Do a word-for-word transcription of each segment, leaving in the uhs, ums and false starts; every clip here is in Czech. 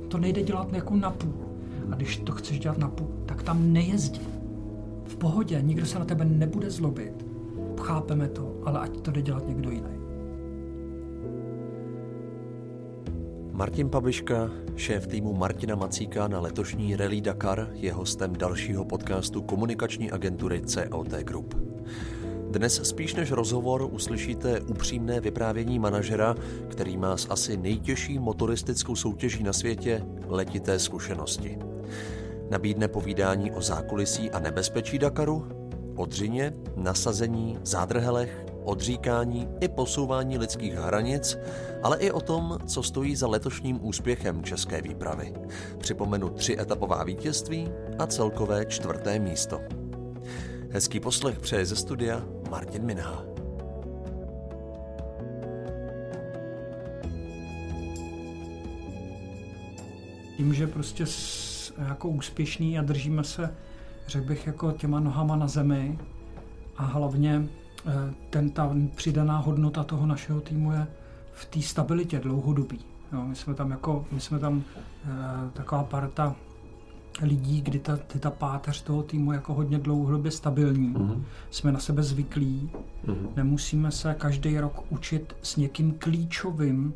to nejde dělat jako napůl. A když to chceš dělat napůl, tak tam nejezdí. V pohodě, nikdo se na tebe nebude zlobit. Chápeme to, ale ať to jde dělat někdo jiný. Martin Pabiška, šéf týmu Martina Macíka na letošní Rally Dakar, je hostem dalšího podcastu komunikační agentury C O T Group. Dnes spíš než rozhovor uslyšíte upřímné vyprávění manažera, který má s asi nejtěžší motoristickou soutěží na světě letité zkušenosti. Nabídne povídání o zákulisí a nebezpečí Dakaru, o dřině, nasazení, zádrhelech, odříkání i posouvání lidských hranic, ale i o tom, co stojí za letošním úspěchem české výpravy. Připomenu tři etapová vítězství a celkové čtvrté místo. Hezký poslech přeje ze studia Martin Minha. Tím, že prostě jako úspěšný a držíme se, řekl bych, jako těma nohama na zemi a hlavně ten, ta přidaná hodnota toho našeho týmu je v té stabilitě dlouhodobí. Jo, my jsme tam jako, my jsme tam e, taková parta lidí, kdy ta, kdy ta páteř toho týmu je jako hodně dlouhodobě stabilní. Mm-hmm. Jsme na sebe zvyklí, mm-hmm. nemusíme se každý rok učit s někým klíčovým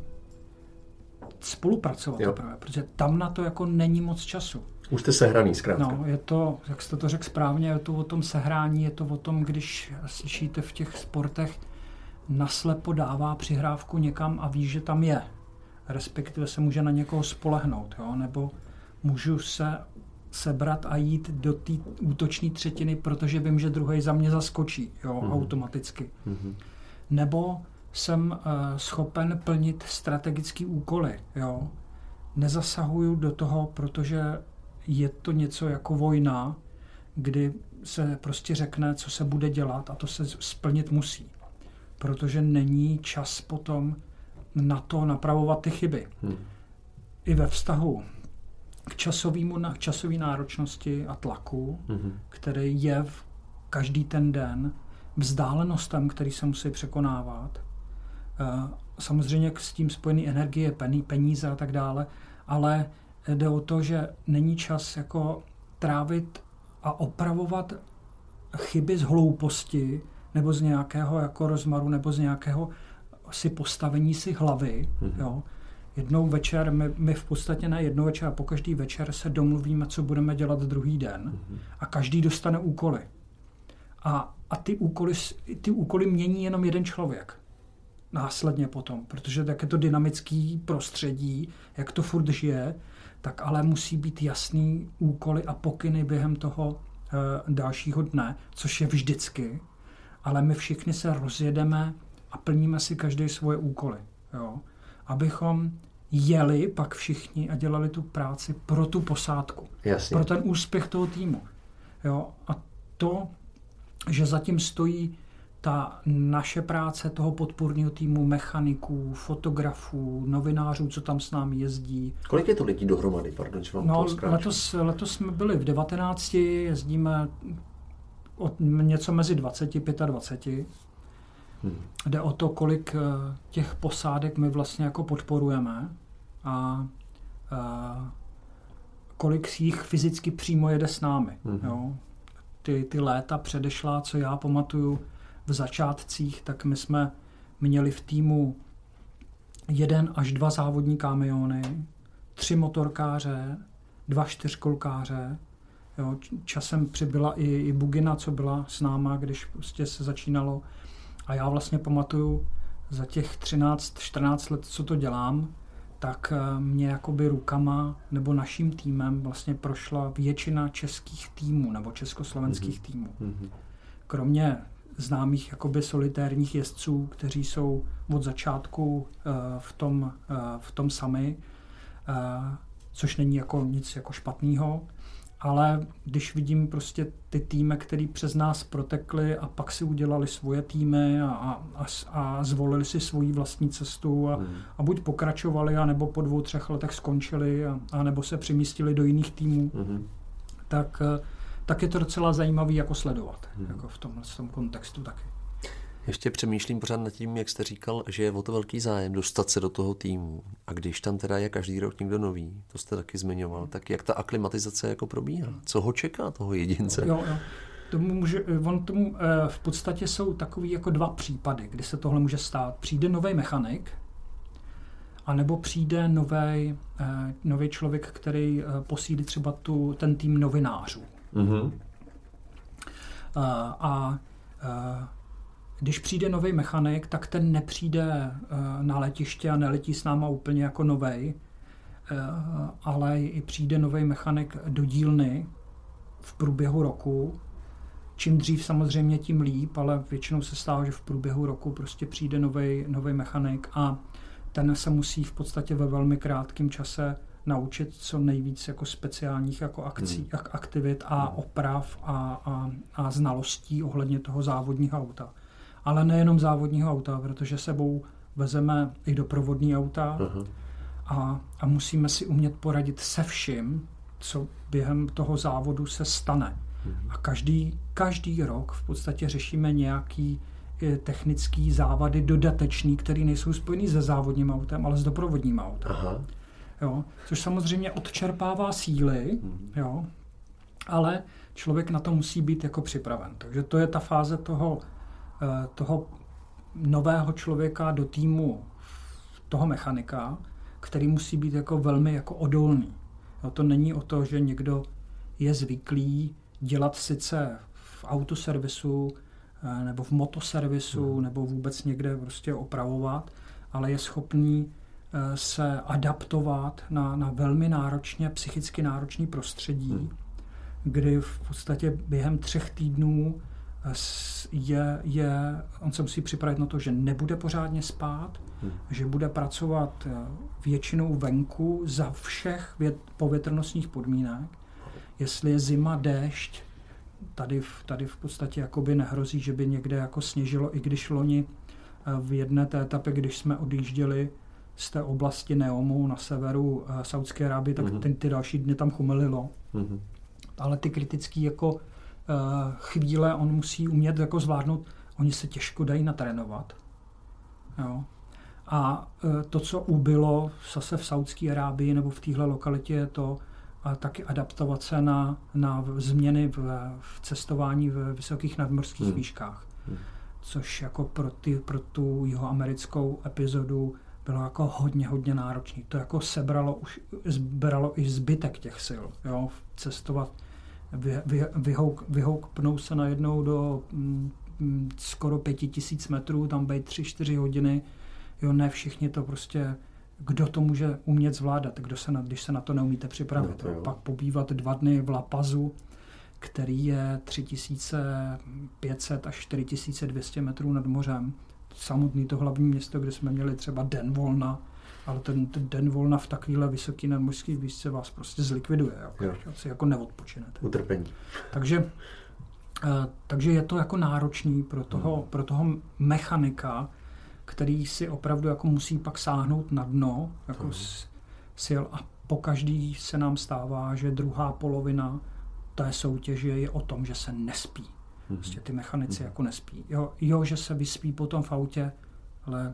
spolupracovat teprve, protože tam na to jako není moc času. Už jste sehraný zkrátka. No, je to, jak jste to řekl správně, je to o tom sehrání, je to o tom, když slyšíte v těch sportech, naslepo dává přihrávku někam a ví, že tam je. Respektive se může na někoho spolehnout, jo? Nebo můžu se sebrat a jít do té útočné třetiny, protože vím, že druhý za mě zaskočí, jo? Mm-hmm. Automaticky. Mm-hmm. Nebo jsem uh, schopen plnit strategické úkoly. Jo? Nezasahuju do toho, protože je to něco jako vojna, kdy se prostě řekne, co se bude dělat a to se splnit musí. Protože není čas potom na to napravovat ty chyby. Hmm. I ve vztahu k časovému, k časové náročnosti a tlaku, hmm. který je v každý ten den, vzdálenostem, který se musí překonávat. Samozřejmě s tím spojený energie, peníze a tak dále, ale jde o to, že není čas jako trávit a opravovat chyby z hlouposti nebo z nějakého jako rozmaru nebo z nějakého si postavení si hlavy. Mm-hmm. Jo. Jednou večer, my, my v podstatě ne jednou večer, a po každý večer se domluvíme, co budeme dělat druhý den mm-hmm. a každý dostane úkoly. A, a ty, úkoly, ty úkoly mění jenom jeden člověk. Následně potom, protože tak je to dynamický prostředí, jak to furt žije, tak ale musí být jasný úkoly a pokyny během toho e, dalšího dne, což je vždycky, ale my všichni se rozjedeme a plníme si každý svoje úkoly, jo? Abychom jeli pak všichni a dělali tu práci pro tu posádku, Jasně. pro ten úspěch toho týmu. Jo? A to, že zatím stojí ta naše práce toho podpůrného týmu, mechaniků, fotografů, novinářů, co tam s námi jezdí. Kolik je to lidí dohromady? Pardon, že vám no, to zkráčím. letos, letos jsme byli v devatenácti, jezdíme od něco mezi dvaceti a dvaceti pěti. Hmm. Jde o to, kolik těch posádek my vlastně jako podporujeme a, a kolik jich fyzicky přímo jede s námi. Hmm. Jo? Ty, ty léta předešlá, co já pamatuju, v začátcích, tak my jsme měli v týmu jeden až dva závodní kamiony, tři motorkáře, dva čtyřkolkáře. Jo, časem přibyla i, i Bugina, co byla s náma, když prostě se začínalo. A já vlastně pamatuju za těch třináct čtrnáct let, co to dělám, tak mě jakoby rukama nebo naším týmem vlastně prošla většina českých týmů nebo československých mm-hmm. týmů. Mm-hmm. Kromě známých jakoby solitérních jezdců, kteří jsou od začátku uh, v tom, uh, v tom sami, uh, což není jako nic jako špatného, ale když vidím prostě ty týmy, který přes nás protekly a pak si udělali svoje týmy a, a, a zvolili si svoji vlastní cestu a, mm. a buď pokračovali, anebo po dvou, třech letech skončili a, a nebo se přemístili do jiných týmů, mm. tak, tak je to docela zajímavý jako sledovat mm. jako v, tom, v tom kontextu taky. Ještě přemýšlím pořád nad tím, jak jste říkal, že je o to velký zájem dostat se do toho týmu. A když tam teda je každý rok někdo nový, to jste taky zmiňoval, tak jak ta aklimatizace jako probíhá? Co ho čeká, toho jedince? Jo, jo. Tomu může, on tomu v podstatě jsou takový jako dva případy, kdy se tohle může stát. Přijde nový mechanik, anebo přijde nový nový člověk, který posílí třeba tu, ten tým novinářů. Mm-hmm. A, a, a když přijde nový mechanik, tak ten nepřijde na letiště a neletí s náma úplně jako novej, ale i přijde nový mechanik do dílny v průběhu roku. Čím dřív samozřejmě, tím líp, ale většinou se stává, že v průběhu roku prostě přijde nový nový mechanik a ten se musí v podstatě ve velmi krátkém čase naučit co nejvíc jako speciálních jako akcí, hmm. aktivit a hmm. oprav a, a, a znalostí ohledně toho závodního auta. Ale nejenom závodního auta, protože sebou vezeme i doprovodní auta uh-huh. a, a musíme si umět poradit se vším, co během toho závodu se stane. Uh-huh. A každý, každý rok v podstatě řešíme nějaký technický závady dodatečný, které nejsou spojený se závodním autem, ale s doprovodním autem. Uh-huh. Jo, což samozřejmě odčerpává síly, uh-huh. jo, ale člověk na to musí být jako připraven. Takže to je ta fáze toho toho nového člověka do týmu toho mechanika, který musí být jako velmi jako odolný. Jo, to není o to, že někdo je zvyklý dělat sice v autoservisu nebo v motoservisu hmm. nebo vůbec někde prostě opravovat, ale je schopný se adaptovat na, na velmi náročně, psychicky náročný prostředí, hmm. kdy v podstatě během třech týdnů Je, je, on se musí připravit na to, že nebude pořádně spát, hmm. že bude pracovat většinou venku za všech vět, povětrnostních podmínek. Jestli je zima, déšť, tady, tady v podstatě jakoby nehrozí, že by někde jako sněžilo, i když loni v jedné té etapě, když jsme odjížděli z té oblasti Neomu na severu Saúdské Arábie, tak hmm. ty, ty další dny tam chumelilo. Hmm. Ale ty kritický jako chvíle on musí umět jako zvládnout, oni se těžko dají natrénovat. Jo. A to, co ubylo zase v Saúdské Arábii nebo v téhle lokalitě, je to a taky adaptovat se na, na změny v, v cestování v vysokých nadmořských hmm. výškách. Hmm. Což jako pro, ty, pro tu jihoamerickou epizodu bylo jako hodně, hodně náročné. To jako sebralo, už zbralo i zbytek těch sil. Jo. Cestovat Vy, vy, vyhouk, vyhoukpnou se najednou do mm, skoro pěti tisíc metrů, tam být tři, čtyři hodiny. Jo, ne všichni to prostě, kdo to může umět zvládat, kdo se na, když se na to neumíte připravit. No, pak pobývat dva dny v La Pazu, který je tři tisíce pět set až čtyři tisíce dvě stě metrů nad mořem. Samotný to hlavní město, kde jsme měli třeba den volna, ale ten, ten den volna v takovéhle vysoký nadmořský výšce vás prostě zlikviduje. Jako, si jako neodpočinete. Utrpení. Takže, takže je to jako náročný pro toho, hmm. pro toho mechanika, který si opravdu jako musí pak sáhnout na dno jako hmm. sil a pokaždý se nám stává, že druhá polovina té soutěže je o tom, že se nespí. Hmm. Prostě ty mechanici hmm. jako nespí. Jo, jo, že se vyspí potom v autě, ale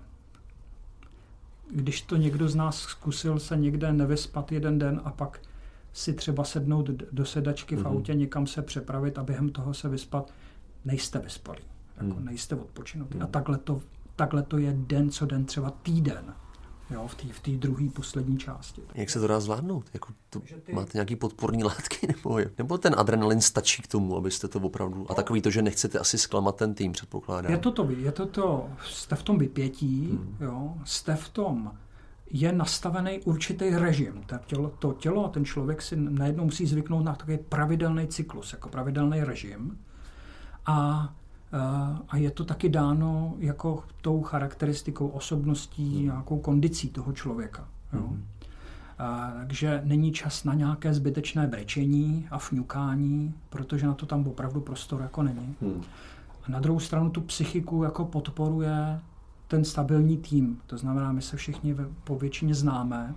když to někdo z nás zkusil se někde nevyspat jeden den a pak si třeba sednout do sedačky v mm-hmm. autě, někam se přepravit a během toho se vyspat, nejste vyspalí, jako mm. nejste odpočinutí. Mm. A takhle to, takhle to je den co den, třeba týden, jo, v té v té druhé poslední části. Jak se to dá zvládnout? Jako to, ty... Máte nějaký podporní látky? Nebo, nebo ten adrenalin stačí k tomu, abyste to opravdu... A takový to, že nechcete asi zklamat ten tým, předpokládám. Je to to, je to to, jste v tom vypětí, hmm. jo, jste v tom, je nastavený určitý režim. To tělo, to tělo a ten člověk si najednou musí zvyknout na takový pravidelný cyklus, jako pravidelný režim. A A je to taky dáno jako tou charakteristikou, osobností, nějakou kondicí toho člověka. Jo. Mm. A, takže není čas na nějaké zbytečné brečení a fňukání, protože na to tam opravdu prostor jako není. Mm. A na druhou stranu tu psychiku jako podporuje ten stabilní tým. To znamená, my se všichni po většině známe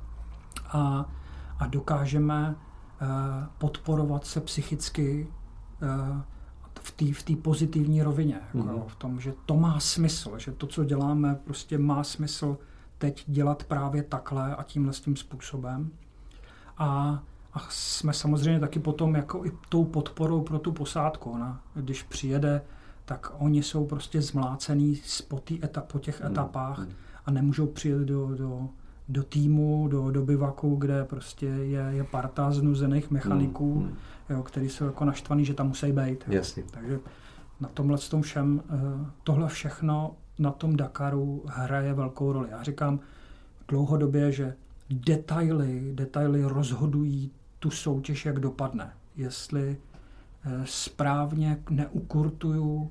a, a dokážeme uh, podporovat se psychicky uh, v té v té pozitivní rovině, jako, mm. v tom, že to má smysl, že to, co děláme, prostě má smysl teď dělat právě takhle a tímhle s tím způsobem. A, a jsme samozřejmě taky potom jako i tou podporou pro tu posádku. Ne? Když přijede, tak oni jsou prostě zmlácený po, etap, po těch etapách mm. a nemůžou přijet do, do, do týmu, do, do bivaku, kde prostě je, je parta znuzených mechaniků, mm. jo, který jsou jako naštvaný, že tam musí být. Jasně. Takže na tomhle s tom všem, tohle všechno na tom Dakaru hraje velkou roli. Já říkám dlouhodobě, že detaily, detaily rozhodují tu soutěž, jak dopadne. Jestli správně neukurtuju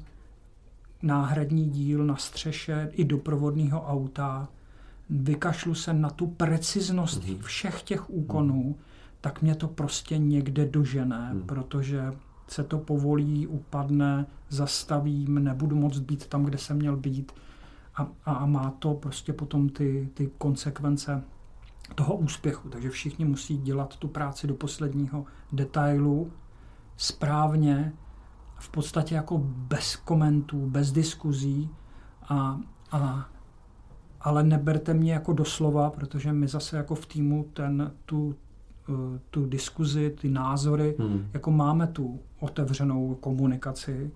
náhradní díl na střeše i doprovodného auta, vykašlu se na tu preciznost mm. všech těch úkonů, mm. tak mě to prostě někde dožene, mm. protože se to povolí, upadne, zastavím, nebudu moct být tam, kde jsem měl být a, a má to prostě potom ty, ty konsekvence toho úspěchu. Takže všichni musí dělat tu práci do posledního detailu správně, v podstatě jako bez komentů, bez diskuzí, a, a, ale neberte mě jako doslova, protože my zase jako v týmu ten, tu, tu diskuzi, ty názory, hmm. jako máme tu otevřenou komunikaci,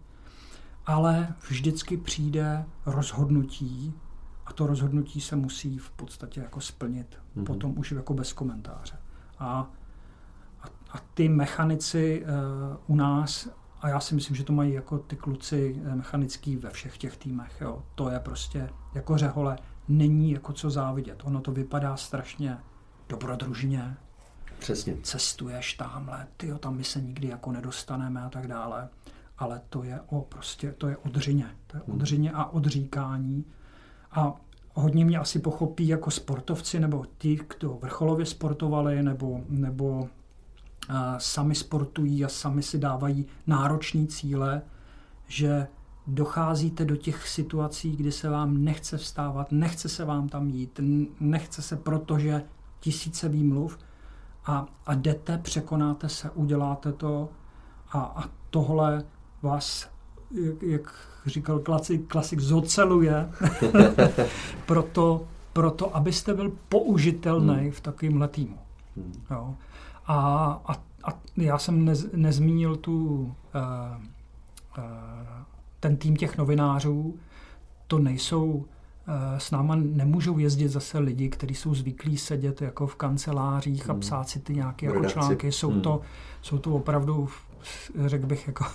ale vždycky přijde rozhodnutí a to rozhodnutí se musí v podstatě jako splnit. Hmm. Potom už jako bez komentáře. A, a, a ty mechanici uh, u nás, a já si myslím, že to mají jako ty kluci mechanický ve všech těch týmech, jo, to je prostě jako řehole, není jako co závidět. Ono to vypadá strašně dobrodružně. Přesně. Cestuješ tamhle, tyjo, tam my se nikdy jako nedostaneme a tak dále. Ale to je o prostě, to je odřině. To je odřině a odříkání. A hodně mě asi pochopí jako sportovci, nebo ti, kdo vrcholově sportovali, nebo, nebo uh, sami sportují a sami si dávají náročné cíle, že docházíte do těch situací, kdy se vám nechce vstávat, nechce se vám tam jít, nechce se, protože tisíce výmluv, a, a jdete, překonáte se, uděláte to a, a tohle vás, jak, jak říkal klasik, klasik zoceluje proto, proto, abyste byl použitelný hmm. v takovémhle týmu. Hmm. Jo. A, a, a já jsem nez, nezmínil tu, uh, uh, ten tým těch novinářů, to nejsou, s náma nemůžou jezdit zase lidi, kteří jsou zvyklí sedět jako v kancelářích hmm. a psát si ty nějaké jako články. Jsou, hmm. to, jsou to opravdu, řekl bych, jako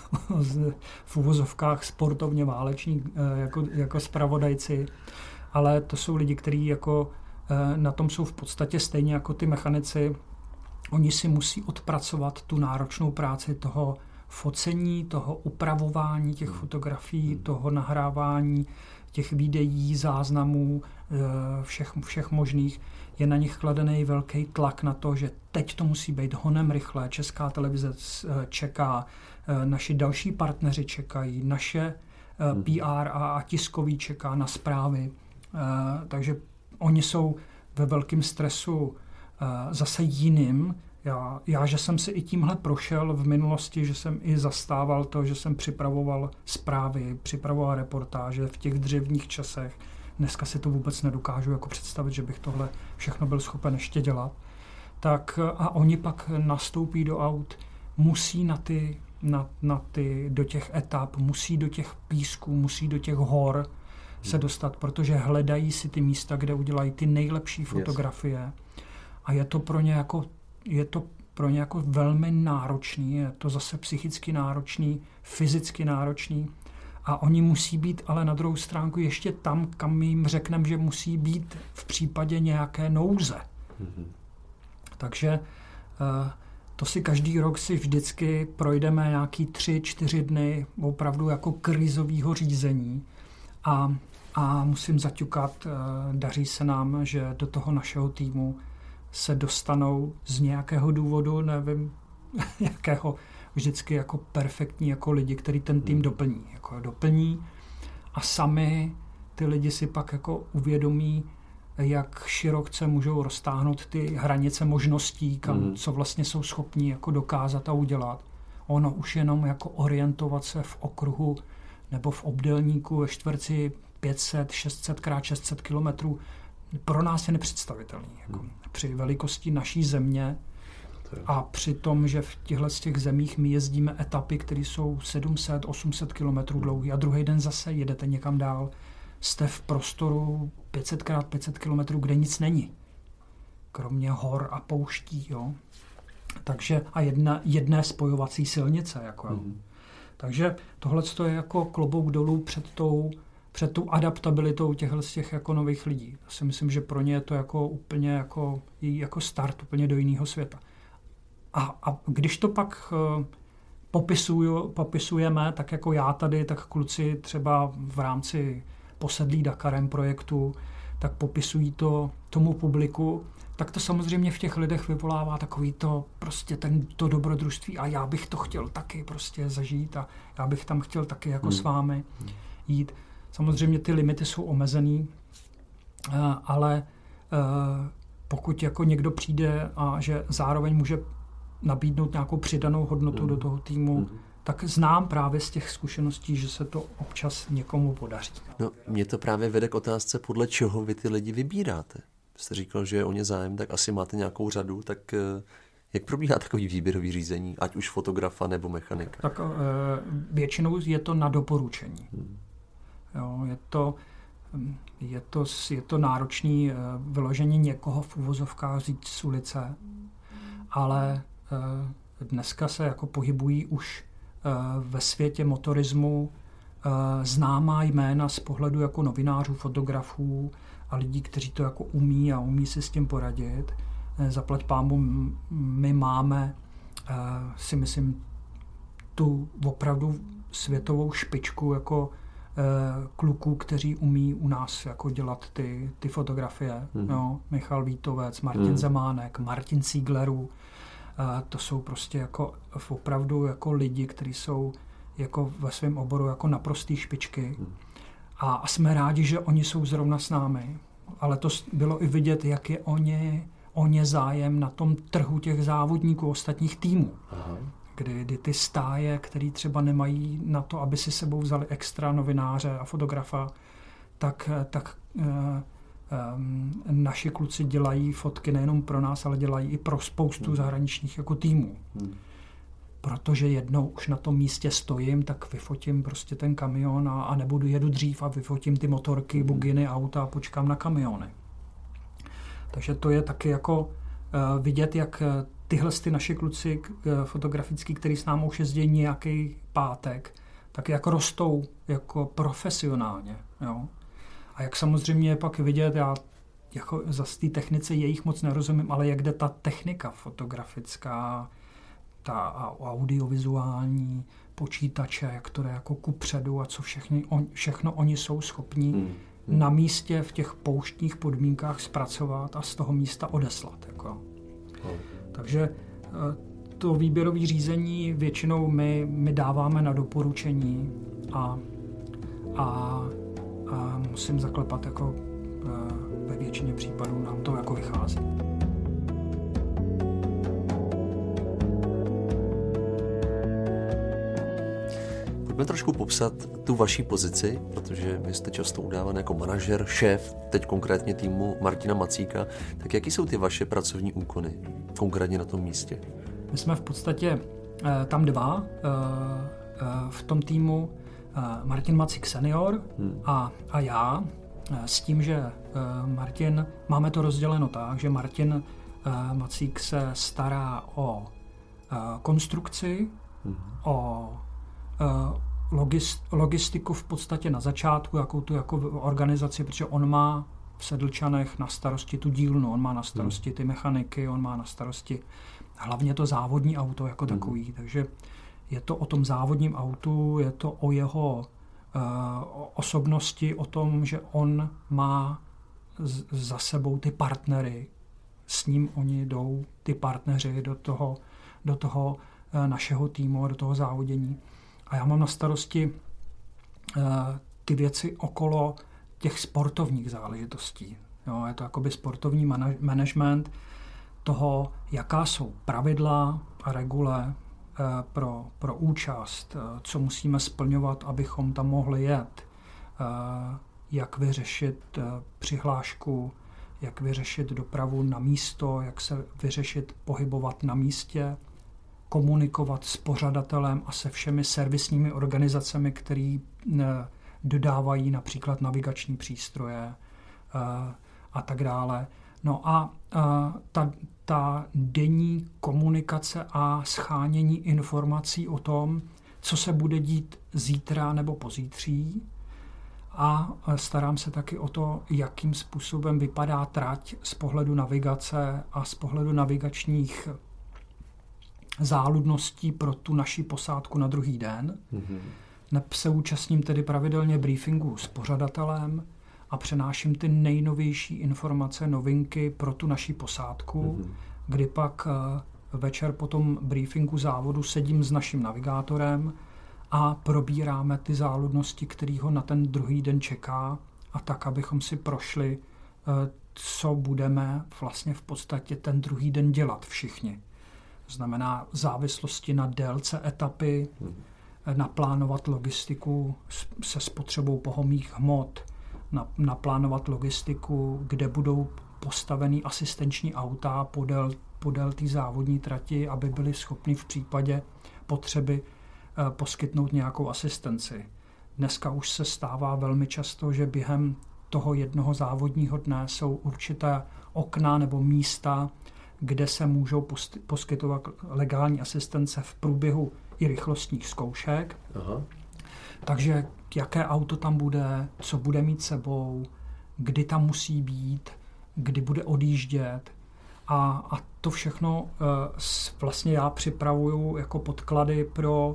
v uvozovkách sportovně váleční jako, jako zpravodajci, ale to jsou lidi, kteří jako na tom jsou v podstatě stejně jako ty mechanici. Oni si musí odpracovat tu náročnou práci toho focení, toho upravování těch fotografií, toho nahrávání těch videí, záznamů, všech, všech možných. Je na nich kladený velký tlak na to, že teď to musí být honem rychle. Česká televize čeká, naši další partneři čekají, naše P R a tiskový čeká na zprávy. Takže oni jsou ve velkém stresu zase jiným. Já, já, že jsem si i tímhle prošel v minulosti, že jsem i zastával to, že jsem připravoval zprávy, připravoval reportáže v těch dřevních časech. Dneska si to vůbec nedokážu jako představit, že bych tohle všechno byl schopen ještě dělat. Tak a oni pak nastoupí do aut, musí na ty, na, na ty, do těch etap, musí do těch písků, musí do těch hor se dostat, protože hledají si ty místa, kde udělají ty nejlepší fotografie. Yes. A je to pro ně jako je to pro ně jako velmi náročný, je to zase psychicky náročný, fyzicky náročný a oni musí být ale na druhou stránku ještě tam, kam jim řekneme, že musí být v případě nějaké nouze. Mm-hmm. Takže to si každý rok si vždycky projdeme nějaký tři, čtyři dny opravdu jako krizového řízení a, a musím zaťukat, daří se nám, že do toho našeho týmu se dostanou z nějakého důvodu, nevím, jakého, vždycky jako perfektní jako lidi, který ten tým doplní. Jako doplní a sami ty lidi si pak jako uvědomí, jak široce můžou roztáhnout ty hranice možností, kam, mm. co vlastně jsou schopní jako dokázat a udělat. Ono už jenom jako orientovat se v okruhu nebo v obdélníku ve čtverci pět set, šest set krát šest set kilometrů pro nás je nepředstavitelný. Jako hmm. Při velikosti naší země a při tom, že v těchto z těch zemích my jezdíme etapy, které jsou sedm set, osm set kilometrů dlouhé a druhý den zase jedete někam dál, jste v prostoru pět set krát pět set kilometrů, kde nic není. Kromě hor a pouští. Jo. Takže a jedna, jedné spojovací silnice. Jako, jo. Mm. Takže tohle je jako klobouk dolů před tou, před tou adaptabilitou těchto z těch jako nových lidí. Já si myslím, že pro ně je to jako úplně jako, jako start úplně do jiného světa. A, a když to pak uh, popisuju, popisujeme, tak jako já tady, tak kluci třeba v rámci Posedlí Dakarem projektu, tak popisují to tomu publiku, tak to samozřejmě v těch lidech vyvolává takový to prostě ten, to dobrodružství a já bych to chtěl taky prostě zažít a já bych tam chtěl taky jako hmm. s vámi jít. Samozřejmě ty limity jsou omezený, ale pokud jako někdo přijde a že zároveň může nabídnout nějakou přidanou hodnotu hmm. do toho týmu, hmm. tak znám právě z těch zkušeností, že se to občas někomu podaří. No, mě to právě vede k otázce, podle čeho vy ty lidi vybíráte. Jste říkal, že je o ně zájem, tak asi máte nějakou řadu, tak jak probíhá takový výběrový řízení, ať už fotografa nebo mechanika? Tak většinou je to na doporučení. Hmm. Jo, je to, je to, je to náročný vyložení někoho v uvozovkách říct z ulice, ale dneska se jako pohybují už ve světě motorismu známá jména z pohledu jako novinářů, fotografů a lidí, kteří to jako umí a umí si s tím poradit. Zaplať pánbu, my máme, si myslím, tu opravdu světovou špičku jako kluků, kteří umí u nás jako dělat ty, ty fotografie. Hmm. Jo, Michal Vítovec, Martin hmm. Zemánek, Martin Zieglerů. To jsou prostě jako opravdu jako lidi, kteří jsou jako ve svém oboru jako naprostý špičky. Hmm. A, a jsme rádi, že oni jsou zrovna s námi. Ale to bylo i vidět, jak je o ně, o ně zájem na tom trhu těch závodníků ostatních týmů. Aha. Kdy, kdy ty stáje, který třeba nemají na to, aby si sebou vzali extra novináře a fotografa, tak, tak uh, um, naši kluci dělají fotky nejenom pro nás, ale dělají i pro spoustu hmm. zahraničních jako týmů. Hmm. Protože jednou už na tom místě stojím, tak vyfotím prostě ten kamion a, a nebudu jedu dřív a vyfotím ty motorky, hmm. buginy, auta a počkám na kamiony. Takže to je taky jako uh, vidět, jak tyhle ty naši kluci uh, fotografický, který s námi už jezdí nějaký pátek, tak jak rostou jako profesionálně. Jo? A jak samozřejmě pak vidět, já jako zase té technice jejich moc nerozumím, ale jak jde ta technika fotografická, ta audiovizuální, počítače, jak to jde jako kupředu a co všechny, on, všechno oni jsou schopní hmm. Hmm. na místě v těch pouštních podmínkách zpracovat a z toho místa odeslat. Jako. Hmm. Takže to výběrové řízení většinou my, my dáváme na doporučení a, a, a musím zaklepat, jako ve většině případů nám to jako vychází. Pojďme trošku popsat tu vaší pozici, protože vy jste často udávan jako manažer, šéf, teď konkrétně týmu Martina Macíka. Tak jaký jsou ty vaše pracovní úkony konkrétně na tom místě? My jsme v podstatě eh, tam dva eh, eh, v tom týmu, eh, Martin Macík senior hmm. a, a já, eh, s tím, že eh, Martin, máme to rozděleno tak, že Martin eh, Macík se stará o eh, konstrukci, hmm. o Logist, logistiku v podstatě na začátku, jakou tu jako organizaci, protože on má v Sedlčanech na starosti tu dílnu, on má na starosti ty mechaniky, on má na starosti hlavně to závodní auto jako hmm. takový, takže je to o tom závodním autu, je to o jeho uh, osobnosti, o tom, že on má z, za sebou ty partnery, s ním oni jdou, ty partneři do toho, do toho uh, našeho týmu, do toho závodění. A já mám na starosti uh, ty věci okolo těch sportovních záležitostí. Jo, je to jakoby sportovní management toho, jaká jsou pravidla a regule, pro, pro účast, co musíme splňovat, abychom tam mohli jet, jak vyřešit přihlášku, jak vyřešit dopravu na místo, jak se vyřešit pohybovat na místě, komunikovat s pořadatelem a se všemi servisními organizacemi, které dodávají například navigační přístroje a tak dále. No a ta, ta denní komunikace a schánění informací o tom, co se bude dít zítra nebo pozítří, a starám se taky o to, jakým způsobem vypadá trať z pohledu navigace a z pohledu navigačních záludností pro tu naši posádku na druhý den. Mm-hmm. Se účastním tedy pravidelně briefingu s pořadatelem a přenáším ty nejnovější informace, novinky pro tu naši posádku, mm-hmm. kdy pak večer po tom briefingu závodu sedím s naším navigátorem a probíráme ty záludnosti, který ho na ten druhý den čeká, a tak, abychom si prošli, co budeme vlastně v podstatě ten druhý den dělat všichni. To znamená závislosti na délce etapy, hmm. naplánovat logistiku se spotřebou pohonných hmot, naplánovat logistiku, kde budou postavený asistenční auta podél, podél té závodní trati, aby byli schopni v případě potřeby poskytnout nějakou asistenci. Dneska už se stává velmi často, že během toho jednoho závodního dne jsou určité okna nebo místa, kde se můžou poskytovat legální asistence v průběhu i rychlostních zkoušek. Aha. Takže jaké auto tam bude, co bude mít sebou, kdy tam musí být, kdy bude odjíždět. A, a to všechno uh, vlastně já připravuju jako podklady pro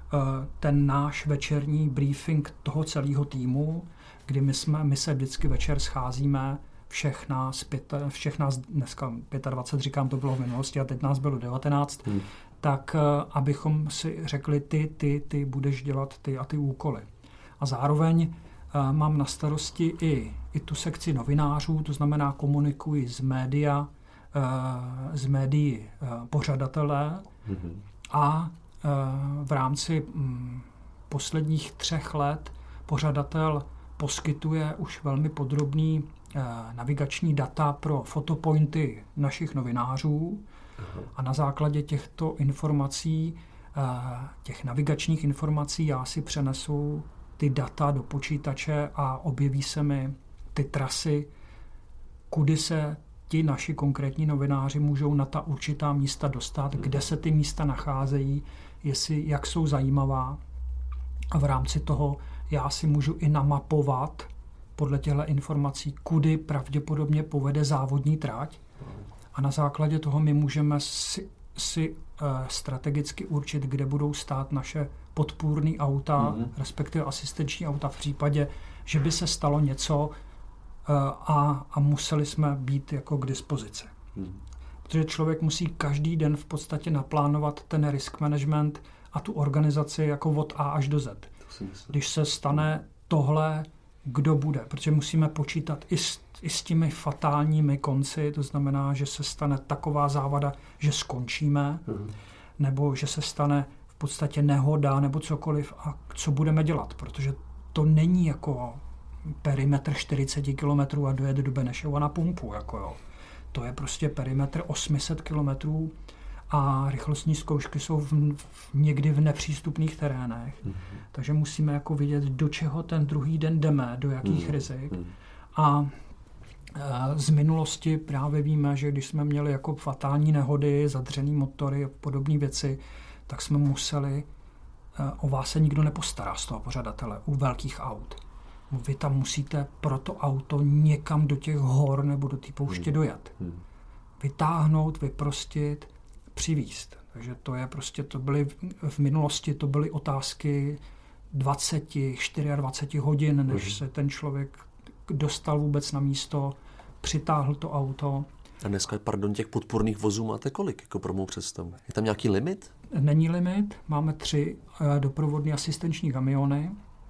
ten náš večerní briefing toho celého týmu, kdy my, jsme, my se vždycky večer scházíme, všech nás, pět, všech nás dneska dvacet pět, říkám, to bylo v minulosti, a teď nás bylo devatenáct, hmm. tak abychom si řekli, ty, ty, ty budeš dělat ty a ty úkoly. A zároveň uh, mám na starosti i, i tu sekci novinářů, to znamená komunikuji z média, uh, z médií uh, pořadatelé hmm. a v rámci posledních třech let pořadatel poskytuje už velmi podrobný navigační data pro fotopointy našich novinářů. Aha. A na základě těchto informací, těch navigačních informací, já si přenesu ty data do počítače a objeví se mi ty trasy, kudy se ti naši konkrétní novináři můžou na ta určitá místa dostat, hmm. kde se ty místa nacházejí, jestli, jak jsou zajímavá. A v rámci toho já si můžu i namapovat podle těchto informací, kudy pravděpodobně povede závodní trať. A na základě toho my můžeme si, si uh, strategicky určit, kde budou stát naše podpůrné auta, hmm. respektive asistenční auta v případě, že by se stalo něco, A, a museli jsme být jako k dispozici. Hmm. Protože člověk musí každý den v podstatě naplánovat ten risk management a tu organizaci jako od A až do Z. Když se stane tohle, kdo bude. Protože musíme počítat i s, i s těmi fatálními konci, to znamená, že se stane taková závada, že skončíme, hmm. nebo že se stane v podstatě nehoda, nebo cokoliv. A co budeme dělat? Protože to není jako perimetr čtyřicet kilometrů a dojet do Benešova na pumpu. Jako jo. To je prostě perimetr osm set kilometrů a rychlostní zkoušky jsou v, v, někdy v nepřístupných terénech. Mm-hmm. Takže musíme jako vidět, do čeho ten druhý den jdeme, do jakých mm-hmm. rizik. A e, z minulosti právě víme, že když jsme měli jako fatální nehody, zadřený motory a podobné věci, tak jsme museli, e, o vás se nikdo nepostará z toho pořadatele u velkých aut. Vy tam musíte pro to auto někam do těch hor nebo do té pouště dojet. Hmm. Vytáhnout, vyprostit, přivízt. Takže to je prostě, to byly v minulosti to byly otázky dvacet, dvacet čtyři hodin, než hmm. se ten člověk dostal vůbec na místo, přitáhl to auto. A dneska, pardon, těch podpůrných vozů máte kolik, jako pro mou představu? Je tam nějaký limit? Není limit, máme tři doprovodné asistenční kamiony,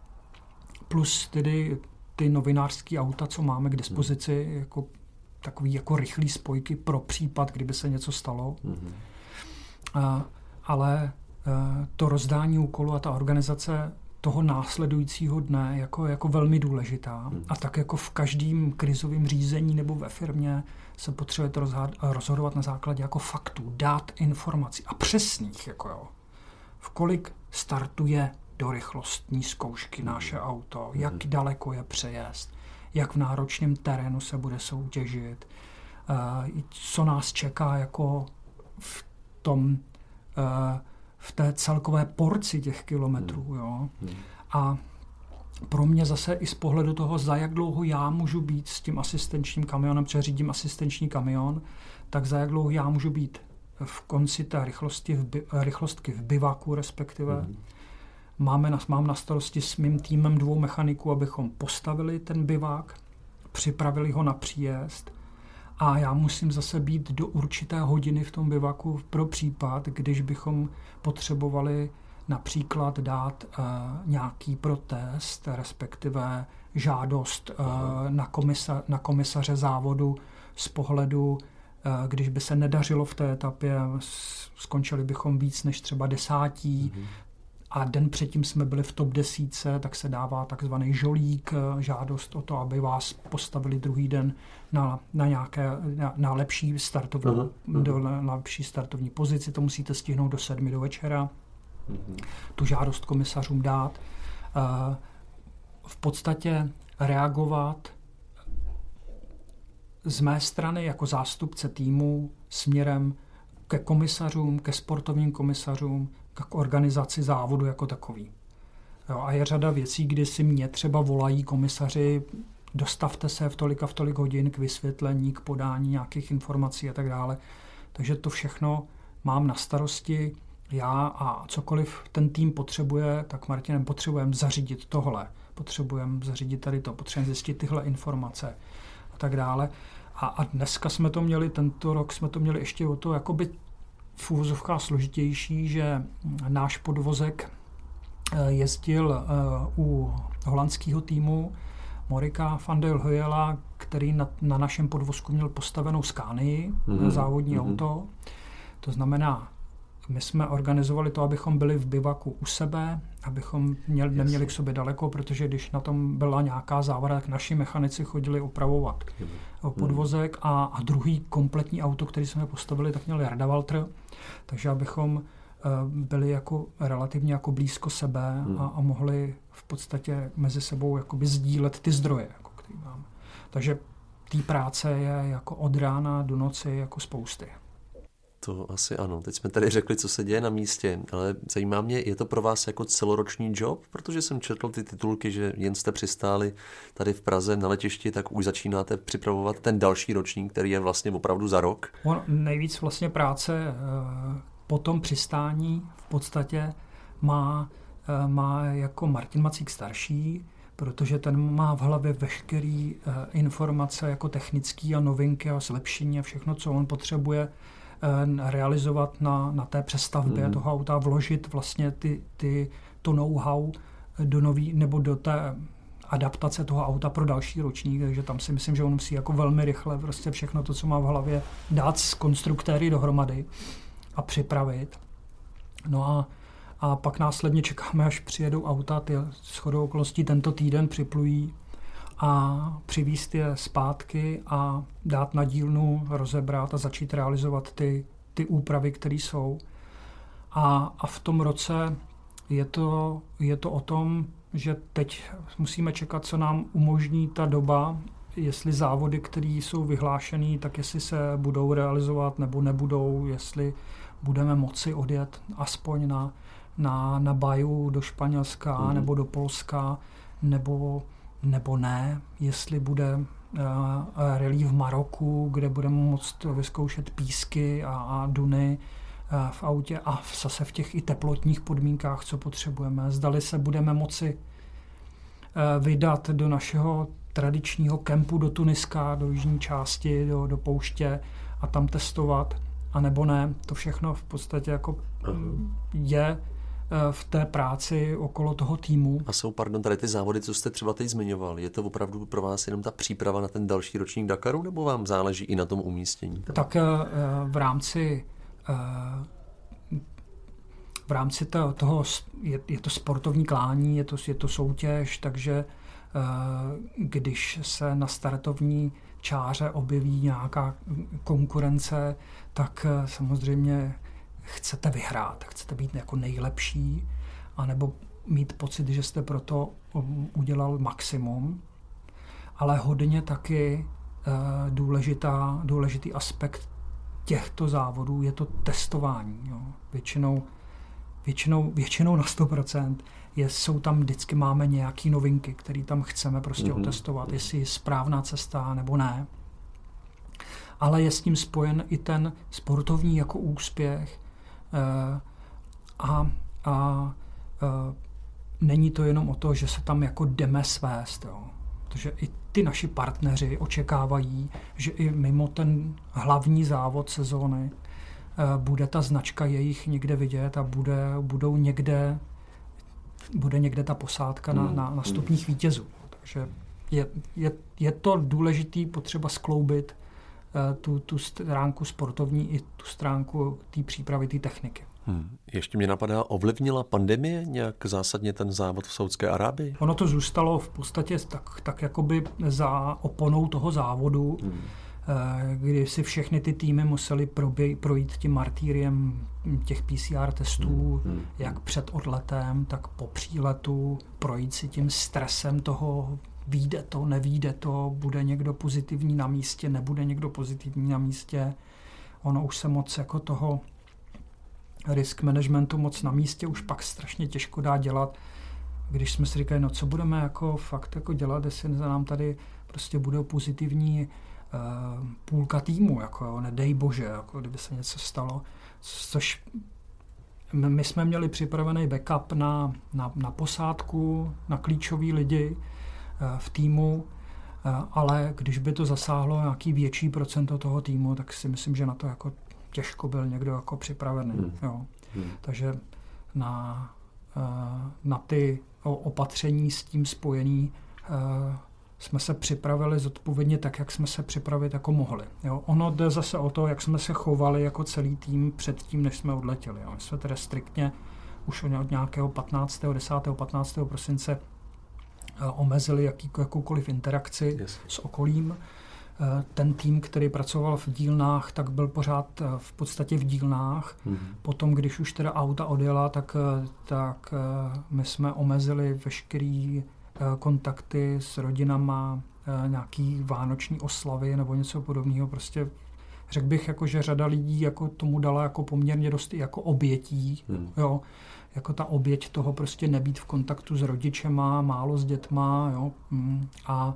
plus tedy ty novinářské auta, co máme k dispozici, hmm. jako takový jako rychlý spojky pro případ, kdyby se něco stalo. Hmm. Uh, ale to rozdání úkolu a ta organizace toho následujícího dne jako, jako velmi důležitá. Hmm. A tak jako v každém krizovém řízení nebo ve firmě se potřebuje to rozhodovat na základě jako faktů, dát informací a přesných. Jako jo. V kolik startuje do rychlostní zkoušky naše auto, jak hmm. daleko je přejezd, jak v náročném terénu se bude soutěžit, co nás čeká jako v tom, v té celkové porci těch kilometrů. Jo. A pro mě zase i z pohledu toho, za jak dlouho já můžu být s tím asistenčním kamionem, protože řídím asistenční kamion, tak za jak dlouho já můžu být v konci té rychlosti v, rychlostky v bivaku respektive. Mm. Máme na, mám na starosti s mým týmem dvou mechaniků, abychom postavili ten bivák, připravili ho na příjezd a já musím zase být do určité hodiny v tom bivaku pro případ, když bychom potřebovali například dát uh, nějaký protest, respektive žádost uh, na, komisa, na komisaře závodu z pohledu, uh, když by se nedařilo v té etapě, skončili bychom víc než třeba desátí, mm-hmm. a den předtím jsme byli v top desítce, tak se dává takzvaný žolík, žádost o to, aby vás postavili druhý den na, na nějaké, na, na lepší startovní, uh-huh. do, na lepší startovní pozici. To musíte stihnout do sedmi do večera. Uh-huh. Tu žádost komisařům dát. Uh, v podstatě reagovat z mé strany jako zástupce týmu směrem ke komisařům, ke sportovním komisařům, k organizaci závodu jako takový. Jo, a je řada věcí, kdy si mě třeba volají komisaři, dostavte se v tolik a v tolik hodin k vysvětlení, k podání nějakých informací a tak dále. Takže to všechno mám na starosti já a cokoliv ten tým potřebuje, tak Martinem potřebujeme zařídit tohle, potřebujeme zařídit tady to, potřebujeme zjistit tyhle informace a tak dále. A, a dneska jsme to měli, tento rok jsme to měli ještě o to jakoby v úvozovkách složitější, že náš podvozek jezdil u holandského týmu Morika van der Huyela, který na, na našem podvozku měl postavenou Scanii, mm-hmm. závodní mm-hmm. auto. To znamená, my jsme organizovali to, abychom byli v bivaku u sebe, abychom měl, neměli k sobě daleko, protože když na tom byla nějaká závada, tak naši mechanici chodili opravovat mm-hmm. podvozek a, a druhý kompletní auto, který jsme postavili, tak měl Jarda Walter, takže abychom uh, byli jako relativně jako blízko sebe mm. a, a mohli v podstatě mezi sebou jakoby sdílet ty zdroje, jako, který máme. Takže té práce je jako od rána do noci jako spousty. To asi ano. Teď jsme tady řekli, co se děje na místě, ale zajímá mě, je to pro vás jako celoroční job? Protože jsem četl ty titulky, že jen jste přistáli tady v Praze na letišti, tak už začínáte připravovat ten další ročník, který je vlastně opravdu za rok. On nejvíc vlastně práce po tom přistání v podstatě má, má jako Martin Macík starší, protože ten má v hlavě veškeré informace jako technické a novinky a zlepšení a všechno, co on potřebuje realizovat na, na té přestavbě mm. toho auta, vložit vlastně ty, ty, to know-how do nový, nebo do té adaptace toho auta pro další ročník, takže tam si myslím, že on musí jako velmi rychle prostě všechno to, co má v hlavě, dát s konstruktéry dohromady a připravit. No a, a pak následně čekáme, až přijedou auta, ty shodou okolností tento týden připlují a přivízt je zpátky a dát na dílnu, rozebrat a začít realizovat ty, ty úpravy, které jsou. A, a v tom roce je to, je to o tom, že teď musíme čekat, co nám umožní ta doba, jestli závody, které jsou vyhlášené, tak jestli se budou realizovat nebo nebudou, jestli budeme moci odjet aspoň na, na, na Baju do Španělska mm. nebo do Polska, nebo nebo ne, jestli bude uh, rally v Maroku, kde budeme moct vyzkoušet písky a, a duny uh, v autě a v, zase v těch i teplotních podmínkách, co potřebujeme. Zdali se budeme moci uh, vydat do našeho tradičního kempu do Tuniska, do jižní části, do, do pouště a tam testovat, a nebo ne. To všechno v podstatě jako uh-huh. je v té práci okolo toho týmu. A jsou, pardon, tady ty závody, co jste třeba teď zmiňoval, je to opravdu pro vás jenom ta příprava na ten další ročník Dakaru, nebo vám záleží i na tom umístění? Tak v rámci v rámci toho, toho je, je to sportovní klání, je to, je to soutěž, takže když se na startovní čáře objeví nějaká konkurence, tak samozřejmě chcete vyhrát, chcete být jako nejlepší, anebo mít pocit, že jste pro to udělal maximum. Ale hodně taky důležitá, důležitý aspekt těchto závodů je to testování. Jo. Většinou, většinou, většinou na sto procent je, jsou tam vždycky máme nějaké novinky, které tam chceme prostě mm-hmm. otestovat, jestli je správná cesta nebo ne. Ale je s tím spojen i ten sportovní jako úspěch e, a, a e, není to jenom o to, že se tam jako jdeme svést, jo. Protože i ty naši partneři očekávají, že i mimo ten hlavní závod sezóny e, bude ta značka jejich někde vidět a bude, budou někde bude někde ta posádka na, na, na stupních vítězů. Takže je, je, je to důležitý potřeba skloubit uh, tu, tu stránku sportovní i tu stránku té přípravy, té techniky. Hmm. Ještě mě napadá, ovlivnila pandemie nějak zásadně ten závod v Saúdské Arábii? Ono to zůstalo v podstatě tak, tak jakoby za oponou toho závodu, hmm. kdy si všechny ty týmy museli proběj, projít tím martýriem těch P C R testů, hmm. jak před odletem, tak po příletu, projít si tím stresem toho, vyjde to, nevyjde to, bude někdo pozitivní na místě, nebude někdo pozitivní na místě. Ono už se moc jako toho risk managementu moc na místě už pak strašně těžko dá dělat, když jsme si říkali, no co budeme jako fakt jako dělat, jestli za nám tady prostě budou pozitivní uh, půlka týmu, jako jo, nedej bože, jako kdyby se něco stalo, což my jsme měli připravený backup na, na, na posádku, na klíčový lidi uh, v týmu, uh, ale když by to zasáhlo nějaký větší procento toho týmu, tak si myslím, že na to jako těžko byl někdo jako připravený. Hmm. Jo. Hmm. Takže na, na ty opatření s tím spojený jsme se připravili zodpovědně tak, jak jsme se připravit jako mohli. Jo. Ono jde zase o to, jak jsme se chovali jako celý tým před tím, než jsme odletěli. Jo. My jsme tedy striktně už od nějakého patnáctého desátého patnáctého prosince omezili jaký, jakoukoliv interakci yes. s okolím. Ten tým, který pracoval v dílnách, tak byl pořád v podstatě v dílnách. Mm-hmm. Potom, když už teda auta odjela, tak, tak my jsme omezili veškerý kontakty s rodinama, nějaký vánoční oslavy nebo něco podobného. Prostě řekl bych, jako, že řada lidí jako tomu dala jako poměrně dost jako obětí. Mm. Jo? Jako ta oběť toho prostě nebýt v kontaktu s rodičema, málo s dětma. Jo? A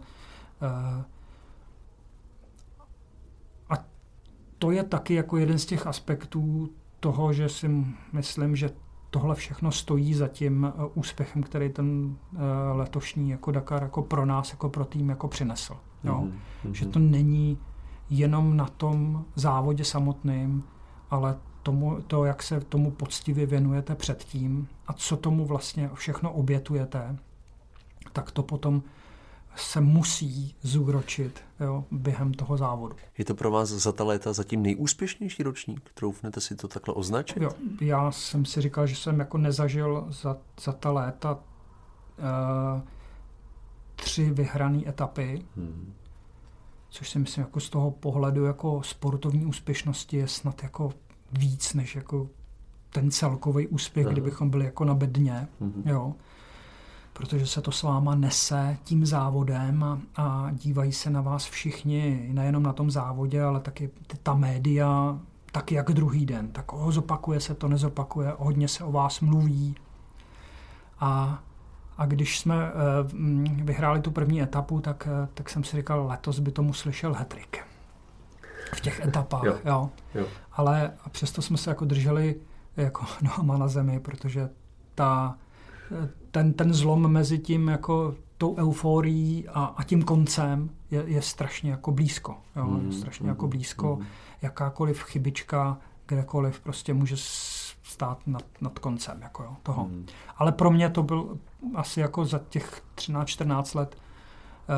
to je taky jako jeden z těch aspektů toho, že si myslím, že tohle všechno stojí za tím úspěchem, který ten letošní jako Dakar jako pro nás, jako pro tým jako přinesl. Jo? Mm-hmm. Že to není jenom na tom závodě samotným, ale tomu, to, jak se tomu poctivě věnujete předtím a co tomu vlastně všechno obětujete, tak to potom se musí zúročit, jo, během toho závodu. Je to pro vás za ta léta zatím nejúspěšnější ročník? Troufnete si to takhle označit? Jo, já jsem si říkal, že jsem jako nezažil za, za ta léta uh, tři vyhrané etapy, hmm. což si myslím jako z toho pohledu jako sportovní úspěšnosti je snad jako víc než jako ten celkový úspěch, Aha. kdybychom byli jako na bedně, hmm. jo. Protože se to s váma nese tím závodem a, a dívají se na vás všichni, nejenom na tom závodě, ale taky ta média, tak jak druhý den. Tak oh, zopakuje se to, nezopakuje, hodně se o vás mluví. A, a když jsme uh, vyhráli tu první etapu, tak, tak jsem si říkal, letos by tomu slyšel hat-trick v těch etapách. Jo. Jo. Jo. Ale přesto jsme se jako drželi jako nohama na zemi, protože ta Ten, ten zlom mezi tím jako tou euforií a, a tím koncem je, je strašně jako blízko. Jo? Mm, je strašně mm, jako blízko. Mm. Jakákoliv chybička, kdekoliv prostě může stát nad, nad koncem jako jo, toho. Mm. Ale pro mě to byl asi jako za těch třináct čtrnáct let uh,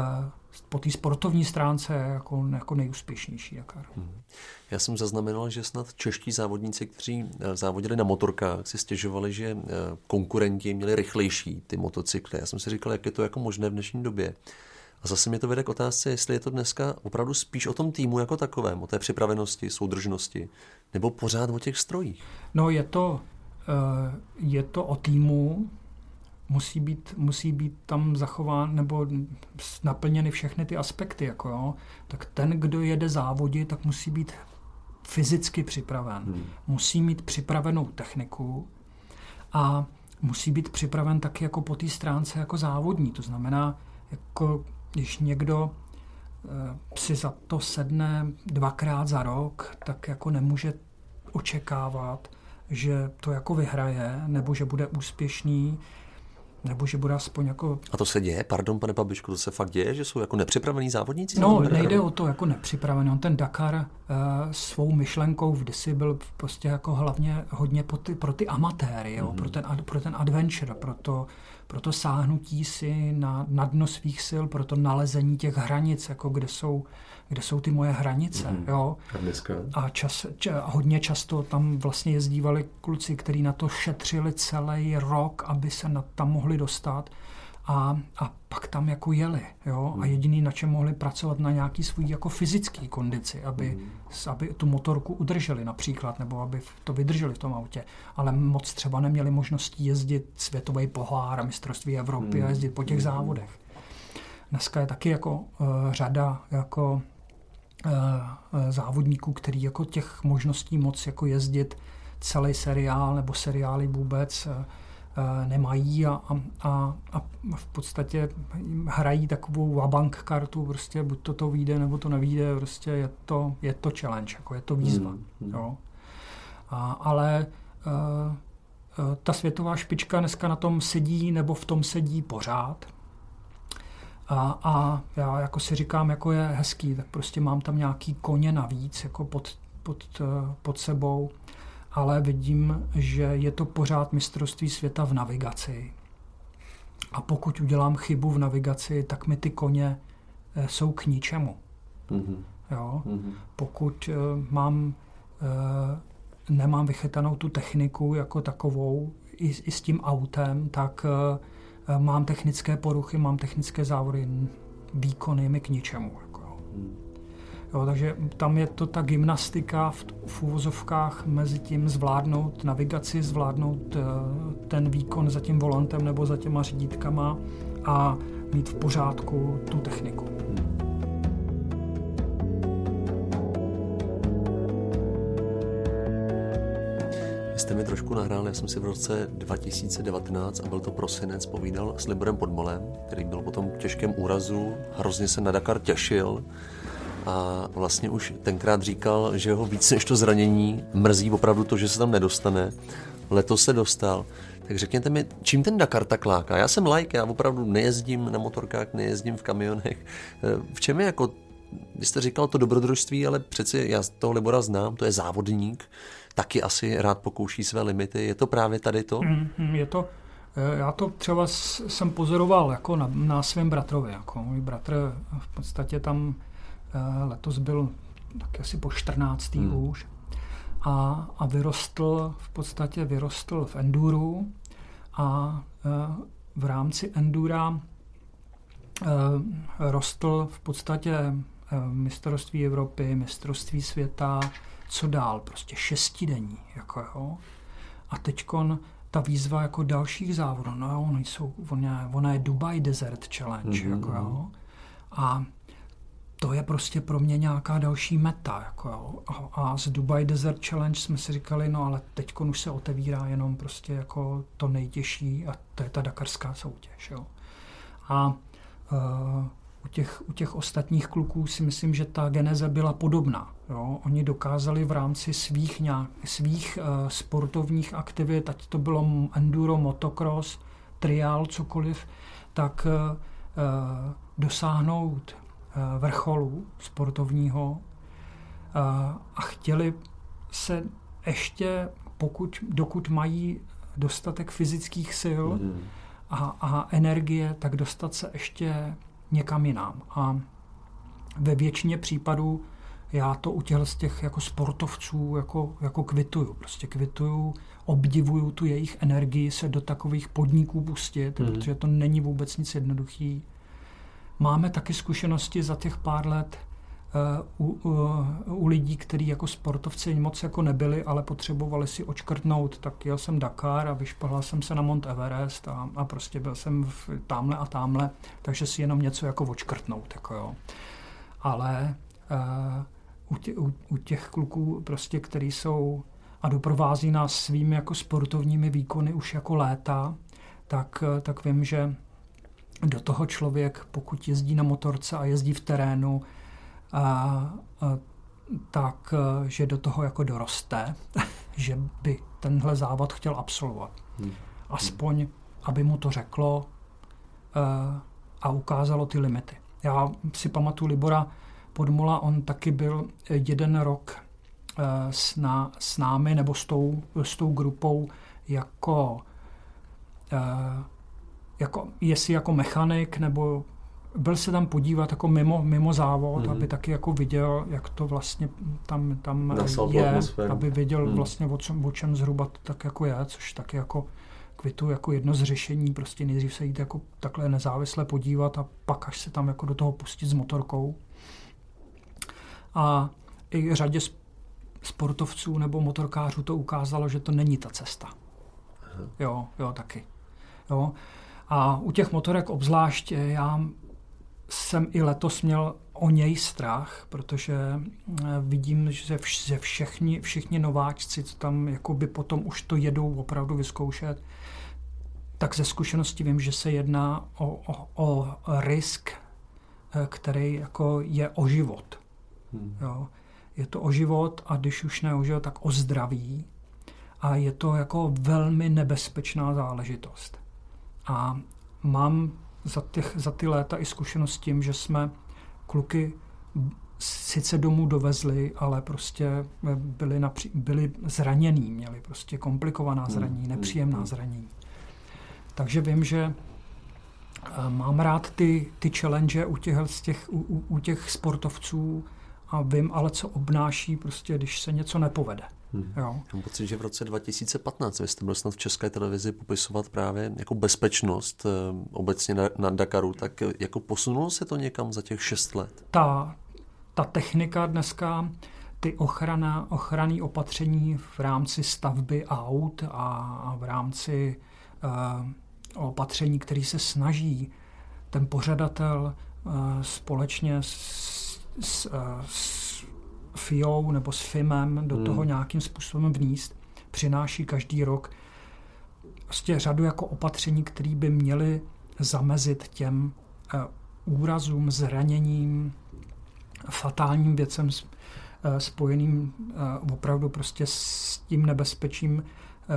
po té sportovní stránce jako, jako nejúspěšnější Dakar. Hmm. Já jsem zaznamenal, že snad čeští závodníci, kteří závodili na motorkách, si stěžovali, že konkurenti měli rychlejší ty motocykly. Já jsem si říkal, jak je to jako možné v dnešní době. A zase mě to vede k otázce, jestli je to dneska opravdu spíš o tom týmu jako takovém, o té připravenosti, soudržnosti, nebo pořád o těch strojích. No je to, je to o týmu, musí být, musí být tam zachován nebo naplněny všechny ty aspekty. Jako jo. Tak ten, kdo jede závodit, tak musí být fyzicky připraven. Hmm. Musí mít připravenou techniku a musí být připraven taky jako po té stránce jako závodní. To znamená, jako když někdo e, si za to sedne dvakrát za rok, tak jako nemůže očekávat, že to jako vyhraje, nebo že bude úspěšný, nebo že bude aspoň jako... A to se děje? Pardon, pane Pabišku, to se fakt děje, že jsou jako nepřipravení závodníci? No, nejde o to jako nepřipravený. On ten Dakar uh, svou myšlenkou vždysi byl prostě jako hlavně hodně pro ty, pro ty amatéry, jo? Mm-hmm. pro, ten, pro ten adventure, pro to, pro to sáhnutí si na, na dno svých sil, pro to nalezení těch hranic, jako kde jsou, kde jsou ty moje hranice. Mm-hmm. Jo? A dneska? A čas, č, hodně často tam vlastně jezdívali kluci, kteří na to šetřili celý rok, aby se na, tam mohli dostat a, a pak tam jako jeli. Jo? Mm. A jediný, na čem mohli pracovat, na nějaký svůj jako fyzický kondici, aby, mm. aby tu motorku udrželi například, nebo aby to vydrželi v tom autě. Ale moc třeba neměli možnosti jezdit světový pohár a mistrovství Evropy mm. a jezdit po těch mm. závodech. Dneska je taky jako uh, řada jako uh, závodníků, který jako těch možností moc jako jezdit celý seriál nebo seriály vůbec uh, nemají a, a, a v podstatě hrají takovou wabank kartu, prostě buď to to vyjde, nebo to nevyjde, prostě je to, je to challenge, jako je to výzva. Mm, mm. Jo. A, ale uh, ta světová špička dneska na tom sedí, nebo v tom sedí pořád. A, a já jako si říkám, jako je hezký, tak prostě mám tam nějaký koně navíc, jako pod, pod, pod sebou, ale vidím, že je to pořád mistrovství světa v navigaci. A pokud udělám chybu v navigaci, tak mi ty koně e, jsou k ničemu. Mm-hmm. Jo? Mm-hmm. Pokud e, mám, e, nemám vychytanou tu techniku jako takovou, i, i s tím autem, tak e, mám technické poruchy, mám technické závody, výkon je mi k ničemu. Jako, jo. Mm. Jo, takže tam je to ta gymnastika v, v úvozovkách mezi tím zvládnout navigaci, zvládnout uh, ten výkon za tím volantem nebo za těma řídítkama a mít v pořádku tu techniku. Vy jste mi trošku nahrál, já jsem si v roce dva tisíce devatenáct, a byl to prosinec, povídal s Liborem Podmolem, který byl po tom těžkém úrazu, hrozně se na Dakar těšil. A vlastně už tenkrát říkal, že ho víc než to zranění mrzí opravdu to, že se tam nedostane. Letos se dostal. Tak řekněte mi, čím ten Dakar tak láká? Já jsem laik, já opravdu nejezdím na motorkách, nejezdím v kamionech. V čem je jako, vy jste říkal to dobrodružství, ale přeci já toho Libora znám, to je závodník, taky asi rád pokouší své limity. Je to právě tady to? Mm, je to, já to třeba jsem pozoroval jako na, na svém bratrovi. Jako můj bratr v podstatě tam letos byl tak asi po čtrnáctý hmm. už a, a vyrostl, v podstatě vyrostl v enduru a v rámci endura rostl v podstatě mistrovství Evropy, mistrovství světa, co dál, prostě šestidenní. Jako jo. A teďkon ta výzva jako dalších závodů, no oni jsou, ona, ona je Dubai Desert Challenge, hmm. jako jo. A to je prostě pro mě nějaká další meta. Jako jo. A, a z Dubai Desert Challenge jsme si říkali, no ale teď už se otevírá jenom prostě jako to nejtěžší a to je ta dakarská soutěž. Jo. A uh, u, těch, u těch ostatních kluků si myslím, že ta geneze byla podobná. Jo. Oni dokázali v rámci svých, nějak, svých uh, sportovních aktivit, ať to bylo enduro, motocross, triál, cokoliv, tak uh, uh, dosáhnout vrcholu sportovního a chtěli se ještě, pokud, dokud mají dostatek fyzických sil mm. a, a energie, tak dostat se ještě někam jinam. A ve většině případů já to u těchto z těch jako sportovců jako, jako kvituju. Prostě kvituju, obdivuju tu jejich energii se do takových podniků pustit, mm. protože to není vůbec nic jednoduchý. Máme taky zkušenosti za těch pár let uh, u, uh, u lidí, kteří jako sportovci moc jako nebyli, ale potřebovali si očkrtnout. Tak jel jsem Dakar a vyšplhal jsem se na Mount Everest a, a prostě byl jsem v támhle a támhle, takže si jenom něco jako očkrtnout. Jako jo. Ale uh, u, tě, u, u těch kluků, prostě, který jsou a doprovází nás svými jako sportovními výkony už jako léta, tak, tak vím, že do toho člověk, pokud jezdí na motorce a jezdí v terénu, a, a, tak, že do toho jako doroste, že by tenhle závod chtěl absolvovat. Hmm. Aspoň, aby mu to řeklo a, a ukázalo ty limity. Já si pamatuju Libora Podmola, on taky byl jeden rok s, ná, s námi nebo s tou, s tou grupou jako, jako jestli jako mechanik, nebo byl se tam podívat jako mimo, mimo závod, mm. aby taky jako viděl, jak to vlastně tam, tam je, aby viděl mm. vlastně o čem, o čem zhruba to tak jako je, což taky jako kvitu jako jedno z řešení, prostě nejdřív se jít jako takhle nezávisle podívat a pak až se tam jako do toho pustit s motorkou. A i řadě sportovců nebo motorkářů to ukázalo, že to není ta cesta. Aha. Jo, jo, taky. Jo. A u těch motorek obzvlášť já jsem i letos měl o něj strach, protože vidím, že vš- všichni, všichni nováčci, co tam jakoby potom už to jedou opravdu vyzkoušet, tak ze zkušenosti vím, že se jedná o, o, o risk, který jako je o život. Hmm. Jo. Je to o život a když už ne o život, tak o zdraví. A je to jako velmi nebezpečná záležitost. A mám za, těch, za ty léta i zkušenost s tím, že jsme kluky sice domů dovezli, ale prostě byli, napří, byli zranění, měli prostě komplikovaná zranění, nepříjemná zranění. Takže vím, že mám rád ty, ty challenge u těch, z těch, u, u těch sportovců a vím ale, co obnáší, prostě, když se něco nepovede. Hmm. Jo. Mám pocit, že v roce dva tisíce patnáct vy jste byl snad v České televizi popisovat právě jako bezpečnost eh, obecně na, na Dakaru, tak jako posunulo se to někam za těch šest let? Ta, ta technika dneska, ty ochrana, ochranné opatření v rámci stavby aut a, a v rámci eh, opatření, který se snaží ten pořadatel eh, společně s, s, s F I O nebo s F I M em do hmm. toho nějakým způsobem vníst, přináší každý rok vlastně řadu jako opatření, které by měly zamezit těm uh, úrazům, zraněním, fatálním věcem uh, spojeným uh, opravdu prostě s tím nebezpečím uh,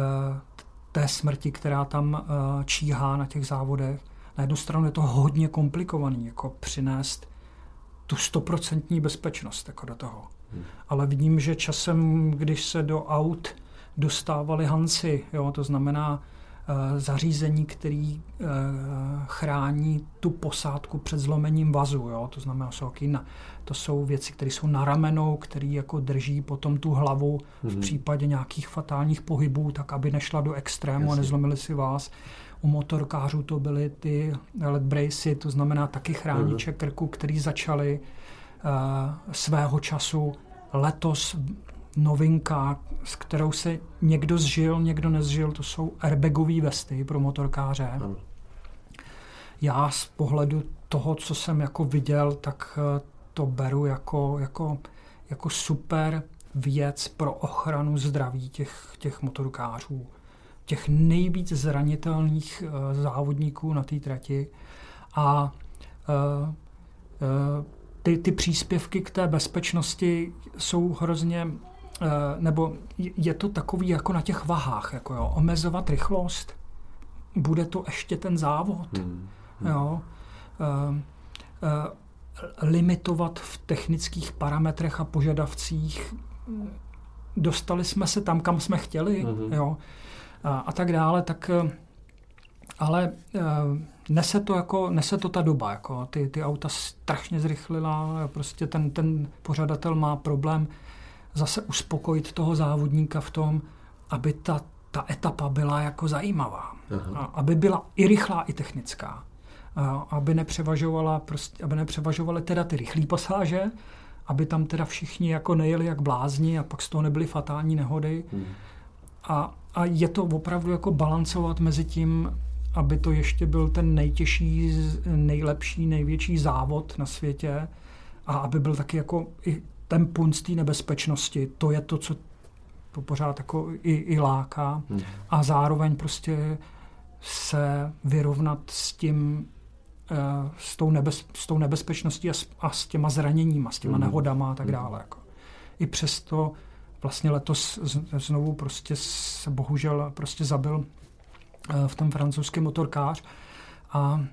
té smrti, která tam uh, číhá na těch závodech. Na jednu stranu je to hodně komplikovaný, jako přinést tu stoprocentní bezpečnost jako do toho. Hmm. Ale vidím, že časem, když se do aut dostávali Hansi, jo, to znamená uh, zařízení, který uh, chrání tu posádku před zlomením vazu, jo, to znamená, na, to jsou věci, které jsou na ramenou, které jako drží potom tu hlavu hmm. v případě nějakých fatálních pohybů, tak aby nešla do extrému Jasně. a nezlomili si vás. U motorkářů to byly ty led bracy, to znamená taky chrániče uh-huh. krku, který začaly uh, svého času. Letos novinka, s kterou se někdo zžil, někdo nezžil, to jsou airbagové vesty pro motorkáře. Uh-huh. Já z pohledu toho, co jsem jako viděl, tak uh, to beru jako, jako, jako super věc pro ochranu zdraví těch, těch motorkářů. Těch nejvíc zranitelných uh, závodníků na té trati a uh, uh, ty, ty příspěvky k té bezpečnosti jsou hrozně, uh, nebo je to takový jako na těch vahách, jako jo, omezovat rychlost, bude to ještě ten závod, hmm. Hmm. jo, uh, uh, limitovat v technických parametrech a požadavcích, dostali jsme se tam, kam jsme chtěli, hmm. jo, a tak dále, tak ale e, nese to jako, nese to ta doba, jako ty, ty auta strašně zrychlila, prostě ten, ten pořadatel má problém zase uspokojit toho závodníka v tom, aby ta, ta etapa byla jako zajímavá. A aby byla i rychlá, i technická. A aby nepřevažovala, prostě, aby nepřevažovaly teda ty rychlé pasáže, aby tam teda všichni jako nejeli jak blázni a pak z toho nebyly fatální nehody. Hmm. A, a je to opravdu jako balancovat mezi tím, aby to ještě byl ten nejtěžší, nejlepší, největší závod na světě a aby byl taky jako i ten punc té nebezpečnosti. To je to, co to pořád jako i, i láká. Hmm. A zároveň prostě se vyrovnat s tím, s tou, nebez, s tou nebezpečností a s, a s těma zraněníma, s těma hmm. nehodama a tak dále. Jako. I přesto vlastně letos znovu prostě se bohužel prostě zabil v tom francouzský motorkář a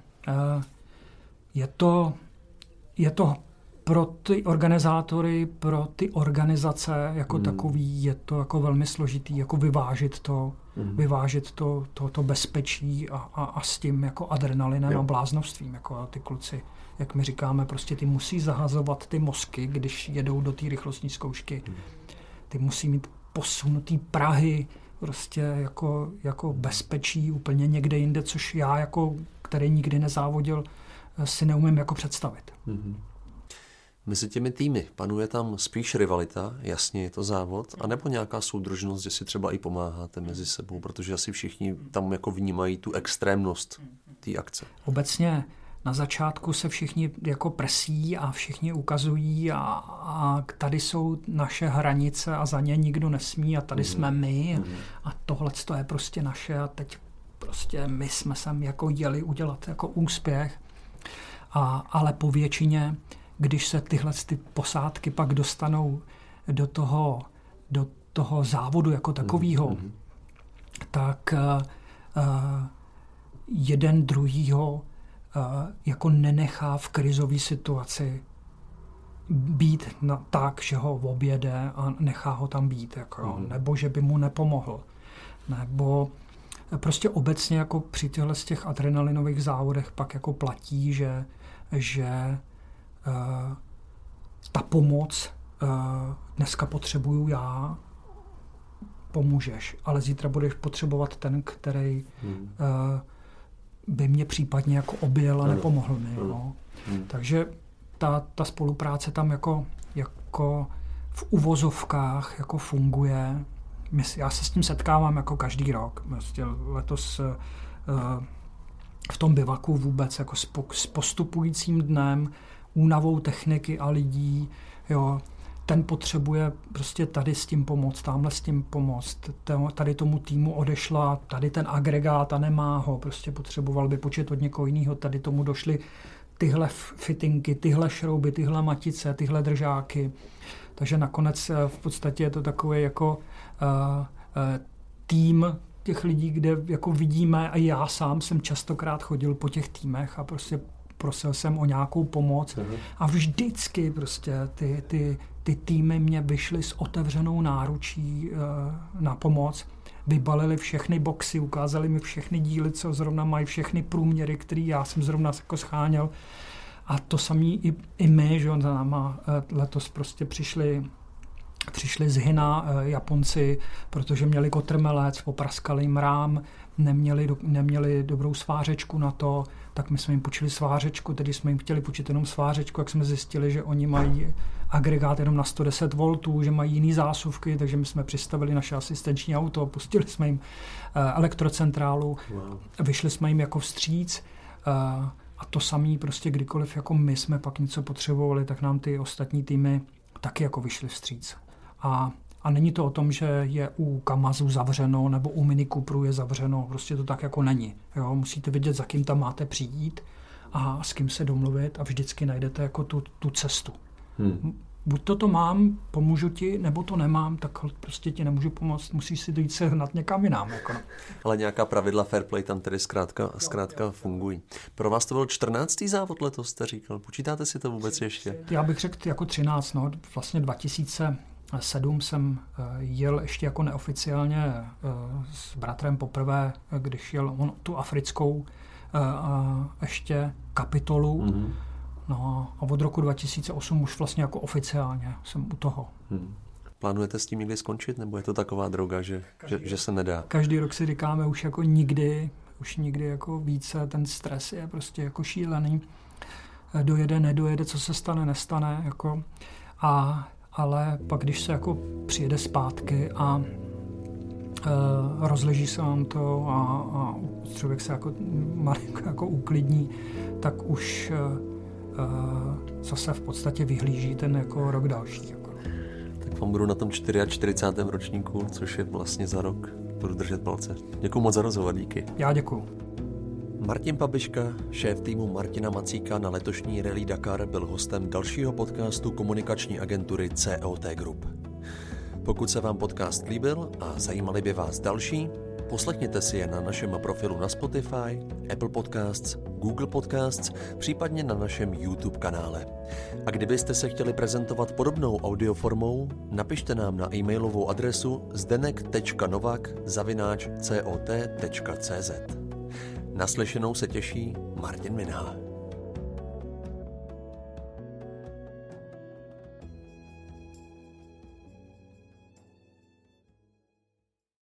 je to, je to pro ty organizátory, pro ty organizace jako hmm. takový, je to jako velmi složitý, jako vyvážit to, hmm. vyvážit to, to, to bezpečí a, a, a s tím jako adrenalinem jo. a bláznovstvím, jako ty kluci, jak my říkáme, prostě ty musí zahazovat ty mozky, když jedou do té rychlostní zkoušky. Hmm. Ty musí mít posunutý prahy, prostě jako, jako bezpečí úplně někde jinde, což já, jako, který nikdy nezávodil, si neumím jako představit. Mm-hmm. Mezi těmi týmy panuje tam spíš rivalita, jasně je to závod, anebo nějaká soudržnost, že si třeba i pomáháte mezi sebou, protože asi všichni tam jako vnímají tu extrémnost té akce. Obecně na začátku se všichni jako presí a všichni ukazují a, a tady jsou naše hranice a za ně nikdo nesmí a tady mm. jsme my mm. a tohle to je prostě naše a teď prostě my jsme sem jako jeli udělat jako úspěch. A, ale po většině, když se tyhle ty posádky pak dostanou do toho, do toho závodu jako takového, mm. tak uh, jeden druhýho Uh, jako nenechá v krizové situaci být na, tak, že ho objede a nechá ho tam být, jako, mm-hmm. nebo že by mu nepomohl. Nebo prostě obecně jako při těchto z těch adrenalinových závodech pak jako platí, že, že uh, ta pomoc uh, dneska potřebuju já, pomůžeš, ale zítra budeš potřebovat ten, který mm. uh, by mě případně jako objel a nepomohl mi. No. Hmm. Takže ta, ta spolupráce tam jako, jako v uvozovkách jako funguje. My, já se s tím setkávám jako každý rok. Vlastně letos uh, v tom bivaku vůbec jako s, po, s postupujícím dnem, únavou techniky a lidí, jo, ten potřebuje prostě tady s tím pomoct, tamhle s tím pomoct, tady tomu týmu odešla, tady ten agregát a nemá ho, prostě potřeboval by počet od někoho jiného, tady tomu došly tyhle fitinky, tyhle šrouby, tyhle matice, tyhle držáky. Takže nakonec v podstatě je to takový jako uh, uh, tým těch lidí, kde jako vidíme, a já sám jsem častokrát chodil po těch týmech a prostě prosil jsem o nějakou pomoc uh-huh. a vždycky prostě ty, ty, ty týmy mě vyšly s otevřenou náručí uh, na pomoc, vybalili všechny boxy, ukázali mi všechny díly, co zrovna mají, všechny průměry, který já jsem zrovna jako scháněl. A to samý i, i my, že on za náma uh, letos prostě přišli Přišli z Hina uh, Japonci, protože měli kotrmelec, popraskali jim rám, neměli, do, neměli dobrou svářečku na to, tak my jsme jim půjčili svářečku, tedy jsme jim chtěli půjčit jenom svářečku, jak jsme zjistili, že oni mají agregát jenom na sto deset voltů, že mají jiný zásuvky, takže my jsme přistavili naše asistenční auto, pustili jsme jim uh, elektrocentrálu, wow. Vyšli jsme jim jako vstříc uh, a to samý prostě kdykoliv jako my jsme pak něco potřebovali, tak nám ty ostatní týmy taky jako vyšli vstříc. A, a není to o tom, že je u Kamazu zavřeno nebo u Mini Cooperu je zavřeno, prostě to tak jako není. Jo? Musíte vědět, za kým tam máte přijít a s kým se domluvit a vždycky najdete jako tu, tu cestu. Hmm. Buď to to mám, pomůžu ti, nebo to nemám, tak prostě ti nemůžu pomoct, musíš si dojít sehnat někam jinam. Jako no. Ale nějaká pravidla fair play tam tedy zkrátka, zkrátka jo, jo. fungují. Pro vás to byl čtrnáctý závod letos, jste říkal. Počítáte si to vůbec ještě? Já bych řekl jako třináct, no, vlastně dva tisíce sedm jsem jel ještě jako neoficiálně s bratrem poprvé, když jel on tu africkou ještě kapitolu. Mm-hmm. No a od roku dva tisíce osm už vlastně jako oficiálně jsem u toho. Hmm. Plánujete s tím někdy skončit, nebo je to taková droga, že, že, že se nedá? Každý rok si říkáme už jako nikdy, už nikdy jako více, ten stres je prostě jako šílený. Dojede, nedojede, co se stane, nestane. Jako. A, ale pak, když se jako přijede zpátky a e, rozleží se vám to a, a člověk se jako, jako uklidní, tak už e, zase v podstatě vyhlíží ten jako rok další. Jako. Tak vám budu na tom čtyřicátém čtvrtém ročníku, což je vlastně za rok. Budu držet palce. Děkuju moc za rozhovor, díky. Já děkuju. Martin Pabiška, šéf týmu Martina Macíka na letošní Rallye Dakar, byl hostem dalšího podcastu komunikační agentury C O T Group. Pokud se vám podcast líbil a zajímali by vás další, poslechněte si je na našem profilu na Spotify, Apple Podcasts, Google Podcasts, případně na našem YouTube kanále. A kdybyste se chtěli prezentovat podobnou audioformou, napište nám na e-mailovou adresu zdenek tečka novak zavináč cot tečka cz. Naslyšenou se těší Martin Minhá.